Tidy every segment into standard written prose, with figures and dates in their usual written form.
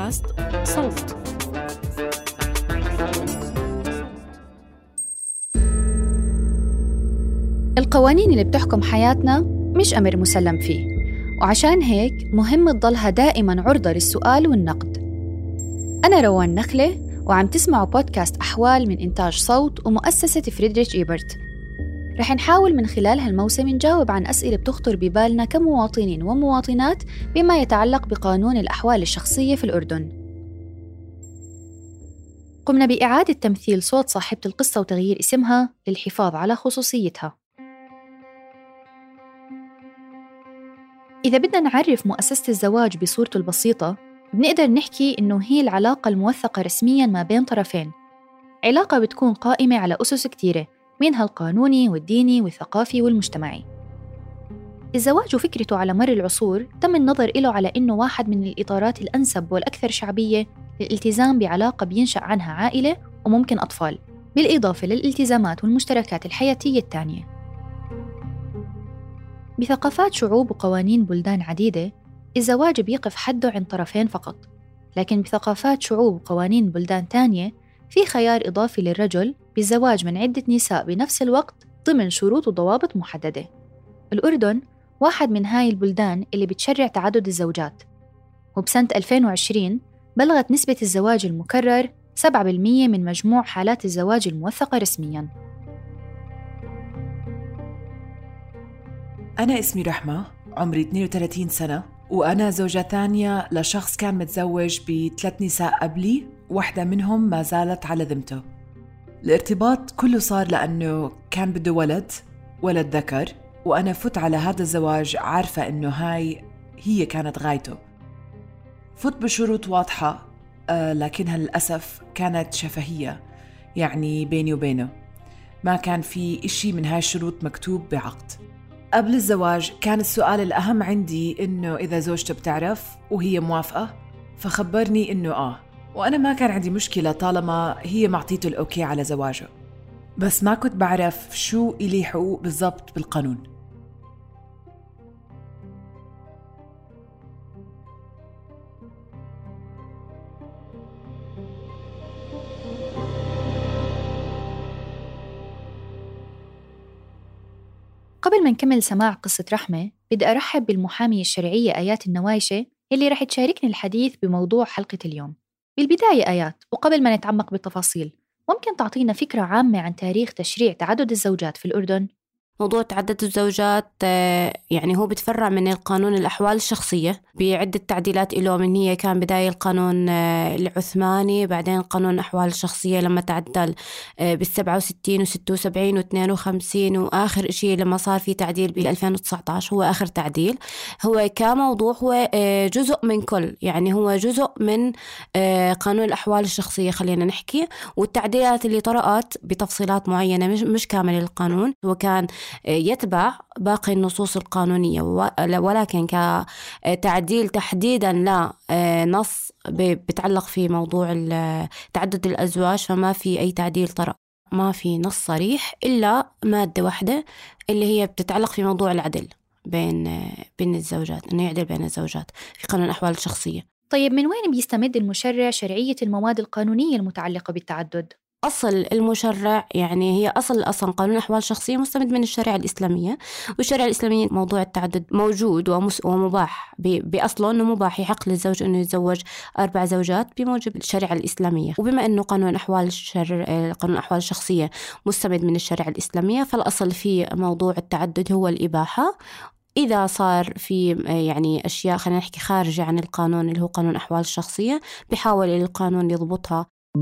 بودكاست صوت. القوانين اللي بتحكم حياتنا مش أمر مسلم فيه، وعشان هيك مهم تضلها دائماً عرضة للسؤال والنقد. أنا روان نخلة، وعم تسمعوا بودكاست أحوال من إنتاج صوت ومؤسسة فريدريش إيبرت. رح نحاول من خلال هالموسم نجاوب عن أسئلة بتخطر ببالنا كمواطنين ومواطنات بما يتعلق بقانون الأحوال الشخصية في الأردن. قمنا بإعادة تمثيل صوت صاحبة القصة وتغيير اسمها للحفاظ على خصوصيتها. إذا بدنا نعرف مؤسسة الزواج بصورته البسيطة، بنقدر نحكي إنه هي العلاقة الموثقة رسمياً ما بين طرفين. علاقة بتكون قائمة على أسس كتيرة، منها القانوني والديني والثقافي والمجتمعي. الزواج وفكرته على مر العصور تم النظر إله على إنه واحد من الإطارات الأنسب والأكثر شعبية للالتزام بعلاقة بينشأ عنها عائلة وممكن أطفال، بالإضافة للالتزامات والمشتركات الحياتية التانية. بثقافات شعوب وقوانين بلدان عديدة، الزواج بيقف حده عند طرفين فقط، لكن بثقافات شعوب وقوانين بلدان تانية في خيار إضافي للرجل بالزواج من عدة نساء بنفس الوقت ضمن شروط وضوابط محددة. الأردن واحد من هاي البلدان اللي بتشرع تعدد الزوجات، وبسنة 2020 بلغت نسبة الزواج المكرر 7% من مجموع حالات الزواج الموثقة رسمياً. أنا اسمي رحمة، عمري 32 سنة، وأنا زوجة ثانية لشخص كان متزوج ب3 نساء قبلي، واحدة منهم ما زالت على ذمته. الارتباط كله صار لأنه كان بده ولد ذكر، وأنا فت على هذا الزواج عارفة إنه هاي هي كانت غايته. فت بشروط واضحة، لكنها للأسف كانت شفهية، يعني بيني وبينه ما كان في إشي من هاي الشروط مكتوب بعقد. قبل الزواج كان السؤال الأهم عندي إنه إذا زوجته بتعرف وهي موافقة، فخبرني إنه وأنا ما كان عندي مشكلة طالما هي معطيته الأوكي على زواجه، بس ما كنت بعرف شو إلي حقوق بالضبط بالقانون. قبل ما نكمل سماع قصة رحمة، بدي أرحب بالمحامية الشرعية آيات النوايشة اللي رح تشاركني الحديث بموضوع حلقة اليوم. بالبداية آيات، وقبل ما نتعمق بالتفاصيل، ممكن تعطينا فكرة عامة عن تاريخ تشريع تعدد الزوجات في الأردن؟ موضوع تعدد الزوجات يعني هو بتفرع من القانون الأحوال الشخصية بعدة تعديلات له. من هي كان بداية القانون العثماني، بعدين قانون الأحوال الشخصية لما تعدل بال67 و76 و52، وآخر إشي لما صار في تعديل بال2019 هو آخر تعديل. هو كموضوع هو جزء من كل، يعني هو جزء من قانون الأحوال الشخصية خلينا نحكي، والتعديلات اللي طرأت بتفصيلات معينة مش كامل القانون، وكان يتبع باقي النصوص القانونية، ولكن كتعديل تحديدا لنص بتعلق في موضوع تعدد الأزواج فما في أي تعديل طرأ. ما في نص صريح إلا مادة واحدة اللي هي بتتعلق في موضوع العدل بين الزوجات، إنه يعدل بين الزوجات في قانون الأحوال الشخصية. طيب من وين بيستمد المشرع شرعية المواد القانونية المتعلقة بالتعدد؟ أصل المشرع يعني هي أصلا قانون الأحوال الشخصية مستمد من الشريعة الإسلامية، والشريعة الإسلامية موضوع التعدد موجود ومباح بأصله، أنه مباح يحق للزوج أنه يتزوج 4 زوجات بموجب الشريعة الإسلامية. وبما أنه قانون الأحوال الشخصية مستمد من الشريعة الإسلامية، فالأصل في موضوع التعدد هو الإباحة. إذا صار في يعني أشياء خلينا نحكي خارجة عن القانون اللي هو قانون الأحوال الشخصية، بيحاول القانون يضبطها.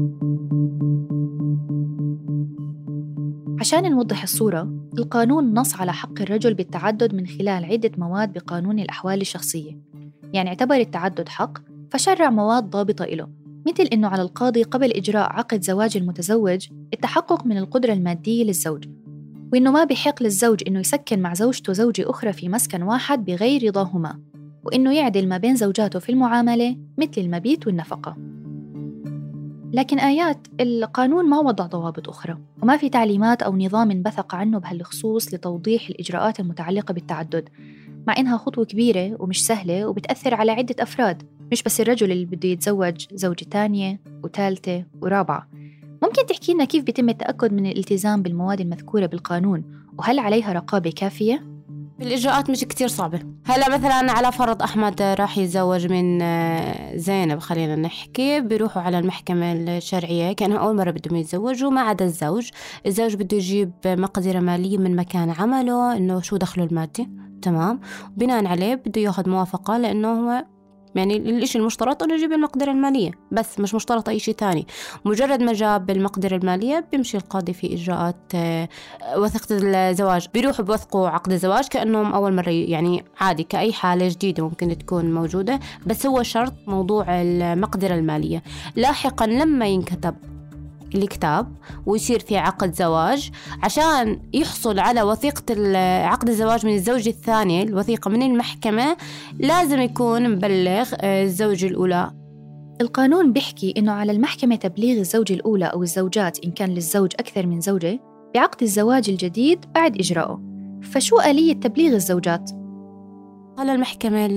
عشان نوضح الصورة، القانون نص على حق الرجل بالتعدد من خلال عدة مواد بقانون الأحوال الشخصية، يعني اعتبر التعدد حق فشرع مواد ضابطة له، مثل إنه على القاضي قبل إجراء عقد زواج المتزوج التحقق من القدرة المادية للزوج، وإنه ما بيحق للزوج إنه يسكن مع زوجته زوجة أخرى في مسكن واحد بغير رضاهما، وإنه يعدل ما بين زوجاته في المعاملة مثل المبيت والنفقة. لكن آيات القانون ما وضع ضوابط أخرى، وما في تعليمات أو نظام انبثق عنه بهالخصوص لتوضيح الإجراءات المتعلقة بالتعدد، مع إنها خطوة كبيرة ومش سهلة وبتأثر على عدة أفراد، مش بس الرجل اللي بده يتزوج زوجة تانية وثالثة ورابعة. ممكن تحكي لنا كيف بيتم التأكد من الالتزام بالمواد المذكورة بالقانون، وهل عليها رقابة كافية؟ الإجراءات مش كتير صعبة. هلا مثلا على فرض أحمد راح يتزوج من زينب، خلينا نحكي، بيروحوا على المحكمة الشرعية كأنها أول مرة بدهم يتزوجوا، ما عدا الزوج بده يجيب مقدرة مالية من مكان عمله، إنه شو دخله المادي، تمام، بناء عليه بده ياخد موافقة، لأنه هو يعني الإشي المشترط إنه يجيب المقدرة المالية بس، مش مشترط أي شيء تاني. مجرد ما جاب المقدرة المالية بيمشي القاضي في إجراءات وثيقة الزواج، بيروحوا بوثقوا عقد الزواج كأنهم أول مرة، يعني عادي كأي حالة جديدة ممكن تكون موجودة، بس هو شرط موضوع المقدرة المالية. لاحقا لما ينكتب الكتاب ويصير في عقد زواج، عشان يحصل على وثيقة عقد الزواج من الزوجة الثانية، الوثيقة من المحكمة، لازم يكون مبلغ الزوجة الأولى. القانون بيحكي إنه على المحكمة تبليغ الزوجة الأولى أو الزوجات إن كان للزوج أكثر من زوجة بعقد الزواج الجديد بعد إجراءه. فشو آلية تبليغ الزوجات؟ على المحكمة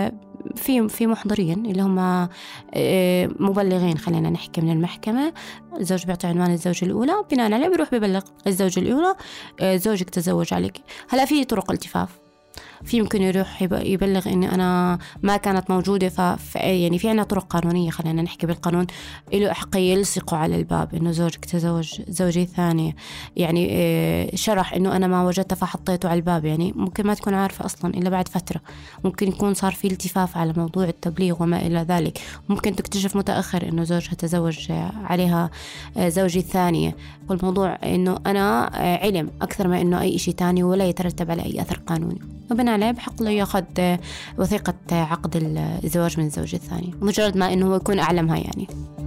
في محضرين اللي هم مبلغين، خلينا نحكي من المحكمة. الزوج بيعطي عنوان الزوجة الأولى، بناء عليه بيروح ببلغ الزوجة الأولى زوجك تزوج عليك. هلا في طرق التفاف، في يمكن يروح يبلغ إني أنا ما كانت موجودة، يعني في عنا طرق قانونية، خلينا نحكي بالقانون له أحقية يلصقوا على الباب إنه زوجك تزوج زوجة ثانية، يعني شرح إنه أنا ما وجدته فحطيته على الباب، يعني ممكن ما تكون عارفة أصلا إلا بعد فترة، ممكن يكون صار في التفاف على موضوع التبليغ وما إلى ذلك، ممكن تكتشف متأخر إنه زوجها تزوج عليها زوجة ثانية، والموضوع إنه أنا علم أكثر ما إنه أي شيء تاني ولا يترتب على أي أثر قانوني، وبناء عليه بحق له ياخذ وثيقة عقد الزواج من الزوجة الثانية، مجرد ما إنه هو يكون أعلمها يعني.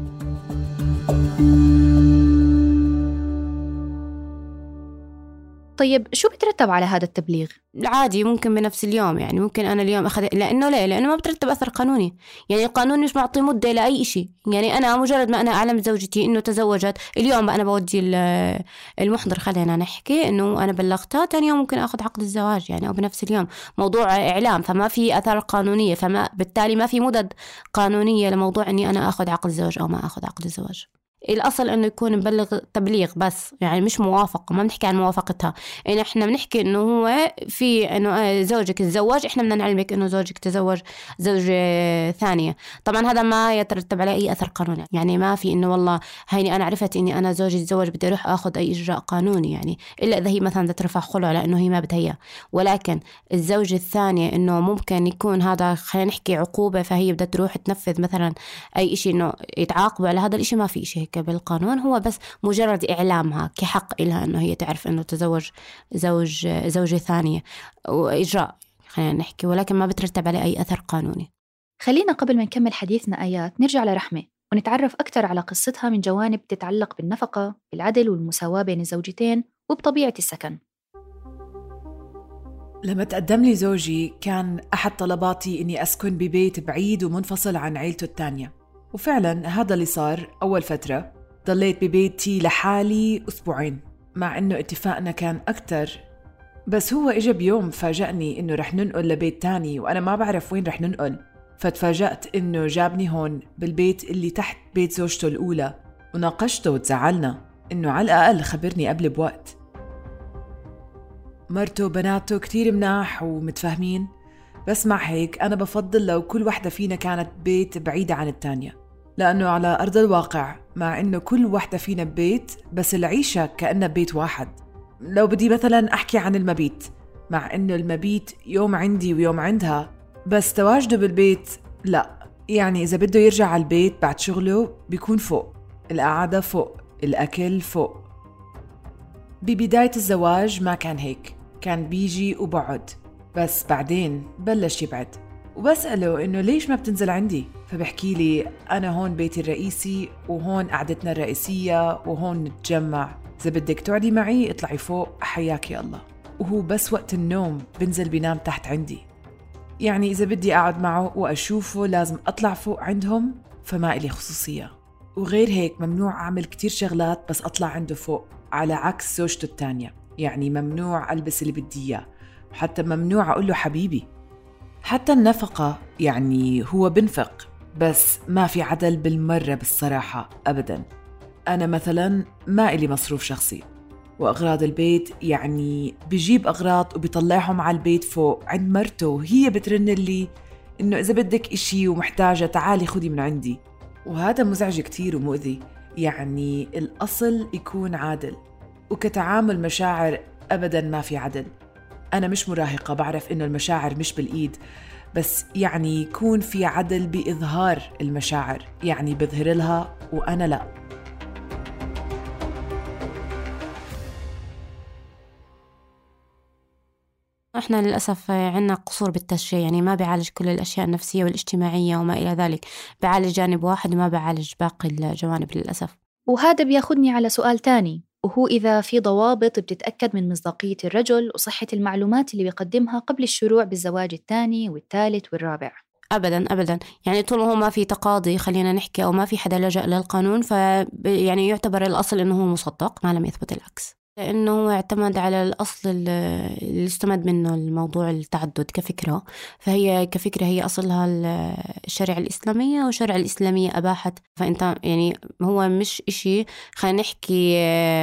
طيب شو بترتب على هذا التبليغ؟ العادي ممكن بنفس اليوم، يعني ممكن أنا اليوم أخذ، لأنه ما بترتب أثر قانوني، يعني القانون مش معطي مدة لأي شيء، يعني أنا مجرد ما أنا أعلم زوجتي إنه تزوجت اليوم أنا بودي المحضر، خلينا نحكي إنه أنا بلغتها، تاني يوم ممكن أخذ عقد الزواج يعني، أو بنفس اليوم، موضوع إعلام، فما في أثار قانونية، فما بالتالي ما في مدد قانونية لموضوع إني أنا أخذ عقد الزواج أو ما أخذ عقد الزواج. الأصل إنه يكون مبلغ تبليغ بس، يعني مش موافقة، ما بنحكي عن موافقتها، إن إحنا بنحكي إنه هو في إنه زوجك تزوج، إحنا بدنا نعلمك إنه زوجك تزوج زوجة ثانية. طبعا هذا ما يترتب على أي أثر قانوني، يعني ما في إنه والله هيني أنا عرفت إني أنا زوجي تزوج بدي أروح أخذ أي إجراء قانوني، يعني إلا إذا هي مثلا ترفع خلع لأنه هي ما بدها. ولكن الزوجة الثانية إنه ممكن يكون هذا، خلينا نحكي عقوبة، فهي بدها تروح تنفذ مثلا أي إشي إنه يتعاقبوا على هذا الإشي، ما في إشي هيك بالقانون، هو بس مجرد إعلامها كحق إلها إنه هي تعرف إنه تزوج زوجة ثانية وإجراء، خلينا نحكي، ولكن ما بترتب عليه أي أثر قانوني. خلينا قبل ما نكمل حديثنا آيات نرجع لرحمة ونتعرف أكثر على قصتها من جوانب تتعلق بالنفقة، بالعدل والمساواة بين الزوجتين، وبطبيعة السكن. لما تقدم لي زوجي كان أحد طلباتي إني أسكن ببيت بعيد ومنفصل عن عيلته التانية، وفعلا هذا اللي صار. أول فترة ضليت ببيتي لحالي أسبوعين، مع إنه اتفاقنا كان أكتر، بس هو إجا بيوم فاجأني إنه رح ننقل لبيت تاني وأنا ما بعرف وين رح ننقل، فتفاجأت إنه جابني هون بالبيت اللي تحت بيت زوجته الأولى، وناقشته وتزعلنا إنه على الأقل خبرني قبل بوقت. مرته وبناته كتير مناح ومتفاهمين، بس مع هيك أنا بفضل لو كل واحدة فينا كانت بيت بعيدة عن التانية، لأنه على أرض الواقع مع إنه كل واحدة فينا ببيت، بس العيشة كأنها بيت واحد. لو بدي مثلا أحكي عن المبيت، مع إنه المبيت يوم عندي ويوم عندها، بس تواجده بالبيت لا، يعني إذا بده يرجع على البيت بعد شغله بيكون فوق، القعدة فوق، الأكل فوق. ببداية الزواج ما كان هيك، كان بيجي وبعد، بس بعدين بلش يبعد، وبسأله إنه ليش ما بتنزل عندي، فبحكي لي أنا هون بيتي الرئيسي وهون قعدتنا الرئيسية وهون نتجمع، إذا بدك تقعدي معي اطلعي فوق حياك يا الله. وهو بس وقت النوم بنزل بينام تحت عندي، يعني إذا بدي أقعد معه وأشوفه لازم أطلع فوق عندهم، فما إلي خصوصية. وغير هيك ممنوع أعمل كتير شغلات بس أطلع عنده فوق، على عكس زوجته التانية، يعني ممنوع ألبس اللي بدي إياه، وحتى ممنوع أقول له حبيبي. حتى النفقة يعني هو بنفق، بس ما في عدل بالمرة بالصراحة أبداً. أنا مثلاً ما إلي مصروف شخصي، وأغراض البيت يعني بيجيب أغراض وبيطلعهم على البيت فوق عند مرته، وهي بترن لي إنه إذا بدك إشي ومحتاجة تعالي خدي من عندي. وهذا مزعج كتير ومؤذي. يعني الأصل يكون عادل، وكتعامل مشاعر أبداً ما في عدل. أنا مش مراهقة، بعرف إنه المشاعر مش بالإيد، بس يعني يكون في عدل بإظهار المشاعر، يعني بظهر لها وأنا لا. احنا للأسف عنا قصور بالتشريع، يعني ما بيعالج كل الأشياء النفسية والاجتماعية وما إلى ذلك، بيعالج جانب واحد وما بيعالج باقي الجوانب للأسف. وهذا بياخدني على سؤال تاني، وهو إذا في ضوابط بتتأكد من مصداقية الرجل وصحة المعلومات اللي بيقدمها قبل الشروع بالزواج الثاني والثالث والرابع. أبداً أبداً، يعني طول ما هو ما في تقاضي خلينا نحكي أو ما في حدا لجأ للقانون، يعني يعتبر الأصل إنه هو مصدق ما لم يثبت العكس، لأنه هو اعتمد على الأصل اللي استمد منه الموضوع التعدد كفكرة. فهي كفكرة هي أصلها الشريعة الإسلامية، والشريعة الإسلامية أباحت. فأنت يعني هو مش إشي خلينا نحكي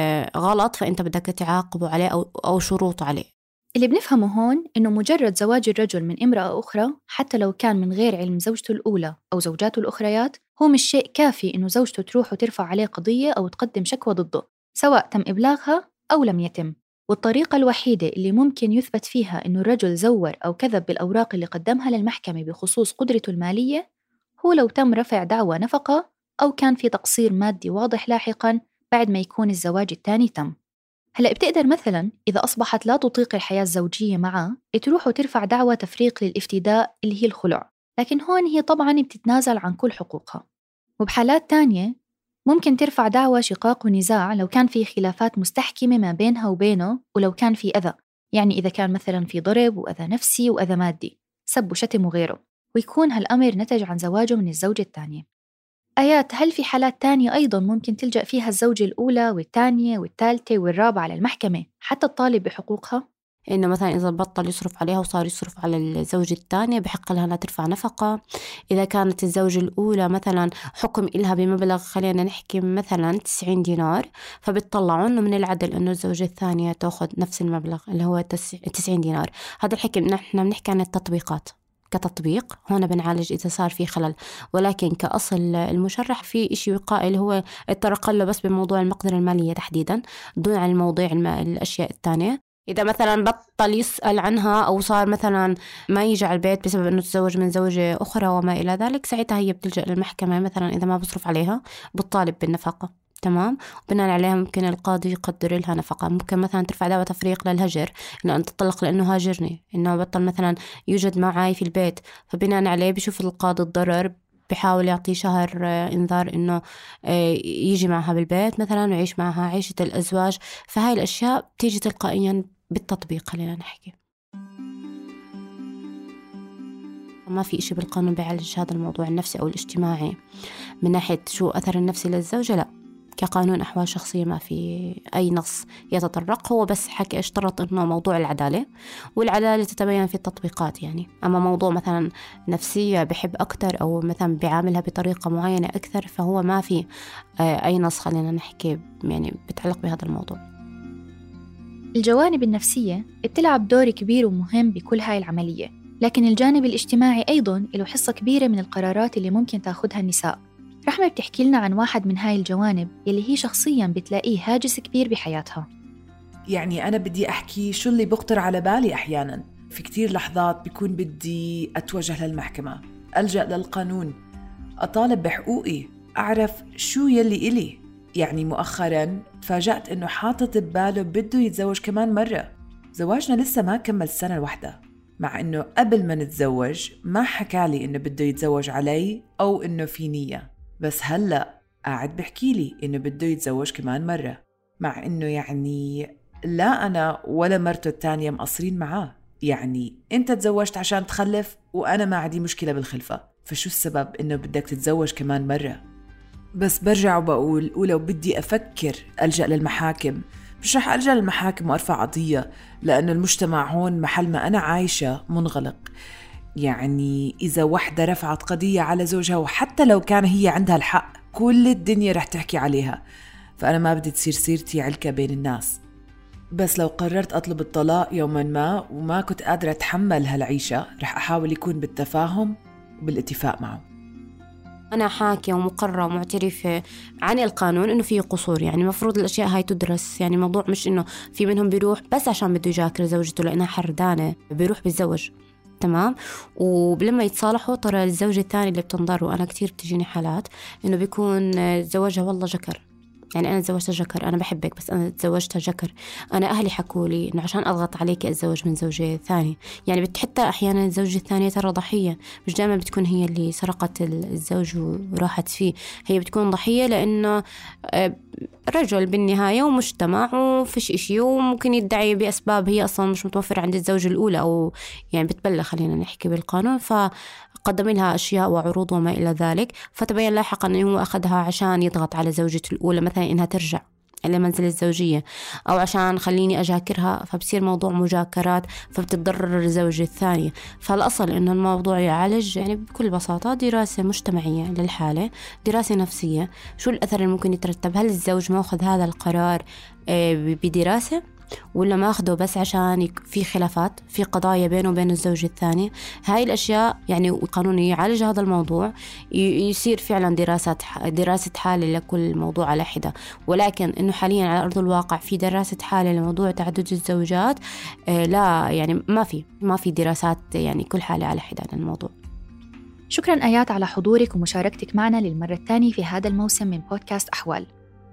غلط فأنت بدك تعاقبه عليه أو شروط عليه. اللي بنفهمه هون إنه مجرد زواج الرجل من امرأة أخرى حتى لو كان من غير علم زوجته الأولى أو زوجاته الأخريات هو مش شيء كافي إنه زوجته تروح وترفع عليه قضية أو تقدم شكوى ضده، سواء تم إبلاغها أو لم يتم. والطريقة الوحيدة اللي ممكن يثبت فيها إنه الرجل زور أو كذب بالأوراق اللي قدمها للمحكمة بخصوص قدرته المالية هو لو تم رفع دعوى نفقة أو كان في تقصير مادي واضح لاحقاً بعد ما يكون الزواج الثاني تم. هلأ بتقدر مثلاً إذا أصبحت لا تطيق الحياة الزوجية معه تروح وترفع دعوى تفريق للافتداء اللي هي الخلع، لكن هون هي طبعاً بتتنازل عن كل حقوقها. وبحالات تانية ممكن ترفع دعوى شقاق ونزاع لو كان في خلافات مستحكمة ما بينها وبينه، ولو كان في أذى، يعني إذا كان مثلاً في ضرب وأذى نفسي وأذى مادي، سب وشتم وغيره، ويكون هالأمر نتج عن زواجه من الزوجة الثانية. آيات، هل في حالات تانية أيضاً ممكن تلجأ فيها الزوجة الأولى والثانية والثالثة والرابعة للمحكمة حتى تطالب بحقوقها؟ إنه مثلا إذا بطل يصرف عليها وصار يصرف على الزوجة الثانية بحق لها لا ترفع نفقة. إذا كانت الزوجة الأولى مثلا حكم إلها بمبلغ خلينا نحكي مثلا 90 دينار، فبتطلعوا إنه من العدل إنه الزوجة الثانية تأخذ نفس المبلغ اللي هو 90 دينار. هذا الحكي نحن بنحكي عن التطبيقات، كتطبيق هنا بنعالج إذا صار في خلل، ولكن كأصل المشرح في إشي وقائي اللي هو الترقل له بس بموضوع المقدرة المالية تحديدا دون عن الموضوع الأشياء الثانية. إذا مثلا بطل يسأل عنها أو صار مثلا ما يجي على البيت بسبب أنه تزوج من زوجة أخرى وما إلى ذلك، ساعتها هي بتلجأ للمحكمة مثلا إذا ما بصرف عليها بتطالب بالنفقة. تمام، بناء عليها ممكن القاضي يقدر لها نفقة. ممكن مثلا ترفع دعوى تفريق للهجر، إنه أنت تطلق لأنه هاجرني، إنه بطل مثلا يوجد معي في البيت، فبناء عليه بشوف القاضي الضرر بحاول يعطيه شهر إنذار إنه يجي معها بالبيت مثلا ويعيش معها عيشة الأزواج. فهاي الأشياء بتيجي تلقائيا بالتطبيق. خلينا نحكي ما في إشي بالقانون بيعالج هذا الموضوع النفسي أو الاجتماعي من ناحية شو أثر النفسي للزوجة. لا، كقانون أحوال شخصية ما في أي نص يتطرق، هو بس حكي اشترط إنه موضوع العدالة، والعدالة تتبين في التطبيقات يعني. أما موضوع مثلا نفسية بحب أكتر أو مثلا بيعاملها بطريقة معينة أكثر، فهو ما في أي نص خلينا نحكي يعني بتعلق بهذا الموضوع. الجوانب النفسية بتلعب دور كبير ومهم بكل هاي العملية، لكن الجانب الاجتماعي أيضاً له حصة كبيرة من القرارات اللي ممكن تاخدها النساء. رحمة بتحكي لنا عن واحد من هاي الجوانب اللي هي شخصياً بتلاقيه هاجس كبير بحياتها. يعني أنا بدي أحكي شو اللي بخطر على بالي أحياناً. في كتير لحظات بيكون بدي أتوجه للمحكمة، ألجأ للقانون، أطالب بحقوقي، أعرف شو يلي إلي. يعني مؤخراً تفاجأت إنه حاطط بباله بده يتزوج كمان مرة. زواجنا لسه ما كمل سنة واحدة، مع إنه قبل ما نتزوج ما حكالي إنه بده يتزوج علي أو إنه في نية، بس هلأ قاعد بحكي لي إنه بده يتزوج كمان مرة، مع إنه يعني لا أنا ولا مرته التانية مقصرين معاه. يعني أنت تزوجت عشان تخلف وأنا ما عندي مشكلة بالخلفة، فشو السبب إنه بدك تتزوج كمان مرة؟ بس برجع وبقول ولو بدي أفكر ألجأ للمحاكم، مش رح ألجأ للمحاكم وأرفع قضية، لأنه المجتمع هون محل ما أنا عايشة منغلق. يعني إذا وحدة رفعت قضية على زوجها وحتى لو كان هي عندها الحق كل الدنيا رح تحكي عليها، فأنا ما بدي تصير سيرتي علكة بين الناس. بس لو قررت أطلب الطلاق يوما ما وما كنت قادرة أتحمل هالعيشة، رح أحاول يكون بالتفاهم وبالاتفاق معه. أنا حاكية ومقررة ومعترفة عن القانون إنه فيه قصور، يعني المفروض الأشياء هاي تدرس. يعني موضوع مش إنه في منهم بيروح بس عشان بده يجاكر زوجته لأنها حردانة بيروح بالزوج، تمام، ولما يتصالحوا ترى الزوج الثاني اللي بتنضر. وأنا كتير بتجيني حالات إنه بيكون زوجها والله جكر، يعني أنا تزوجتها جكر، أنا بحبك بس أنا تزوجتها جكر، أنا أهلي حكوا لي إنه عشان أضغط عليك أتزوج من زوجة ثاني. يعني حتى أحيانا الزوجة الثانية ترى ضحية، مش دائما بتكون هي اللي سرقت الزوج وراحت فيه، هي بتكون ضحية لأنه رجل بالنهاية ومجتمع وفيش إشي، وممكن يدعي بأسباب هي أصلا مش متوفرة عند الزوجة الأولى، أو يعني بتبلغ خلينا نحكي بالقانون، فقدم لها أشياء وعروض وما إلى ذلك، فتبين لاحقا أنه هو أخذها عشان يضغط على زوجته الأولى مثلا إنها ترجع إلى منزل الزوجية، أو عشان خليني أجاكرها، فبصير موضوع مجاكرات فبتتضرر الزوجة الثانية. فالأصل إنه الموضوع يعالج يعني بكل بساطة دراسة مجتمعية للحالة، دراسة نفسية، شو الأثر اللي ممكن يترتب، هل الزوج ما أخذ هذا القرار بدراسة ولا ما أخده بس عشان في خلافات في قضايا بينه وبين الزوج الثاني. هاي الأشياء يعني القانون يعالج هذا الموضوع، يصير فعلا دراسة حالة لكل موضوع على حدة. ولكن إنه حاليا على أرض الواقع في دراسة حالة لموضوع تعدد الزوجات لا، يعني ما في دراسات يعني كل حالة على حدة عن الموضوع. شكرا آيات على حضورك ومشاركتك معنا للمرة الثانية في هذا الموسم من بودكاست أحوال.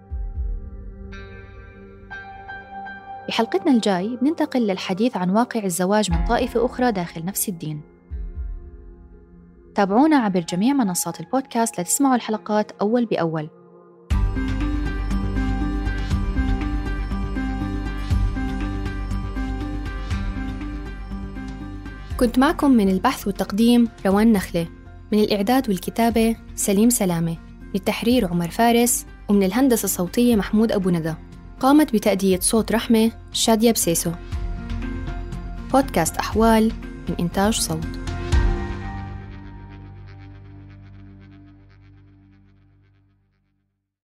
بحلقتنا الجاي بننتقل للحديث عن واقع الزواج من طائفة أخرى داخل نفس الدين. تابعونا عبر جميع منصات البودكاست لتسمعوا الحلقات أول بأول. كنت معكم من البحث والتقديم روان نخلة، من الإعداد والكتابة سليم سلامة، للتحرير عمر فارس، ومن الهندسة الصوتية محمود أبو ندى. قامت بتأدية صوت رحمة شادية بسيسو. بودكاست أحوال من إنتاج صوت.